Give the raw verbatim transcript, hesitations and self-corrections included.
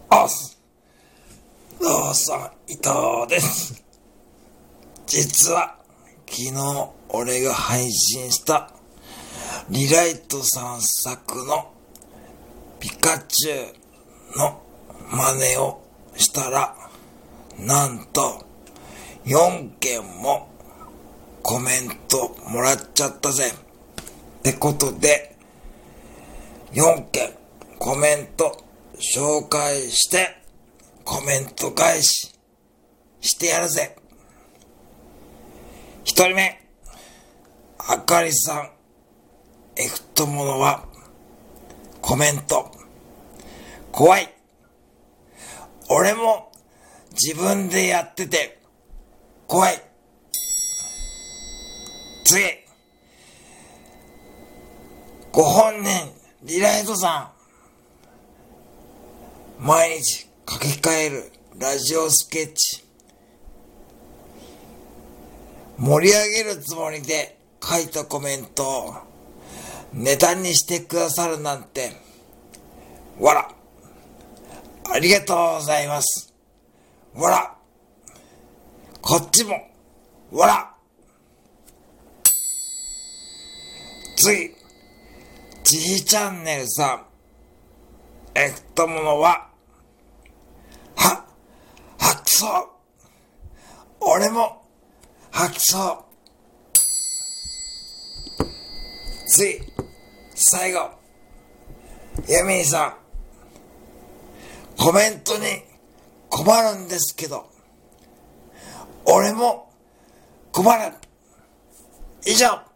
あす。どうさん、伊藤です。実は、昨日、俺が配信した、リライトさん作の、ピカチュウの真似をしたら、なんと、よんけんもコメントもらっちゃったぜ。ってことで、よんけんコメント紹介して、コメント返ししてやるぜ。ひとりめ、あかりさん、エフトモノはコメント、怖い。俺も自分でやってて怖い。次、ご本人リライトさん、毎日書き換えるラジオスケッチ、盛り上げるつもりで書いたコメントをネタにしてくださるなんて、わら、ありがとうございます。わら、こっちもわら。次、ちひチャンネルさん、エフトモノはは吐きそう。俺も吐きそう。次、最後、ヤミーさん、コメントに困るんですけど、俺も困る。以上。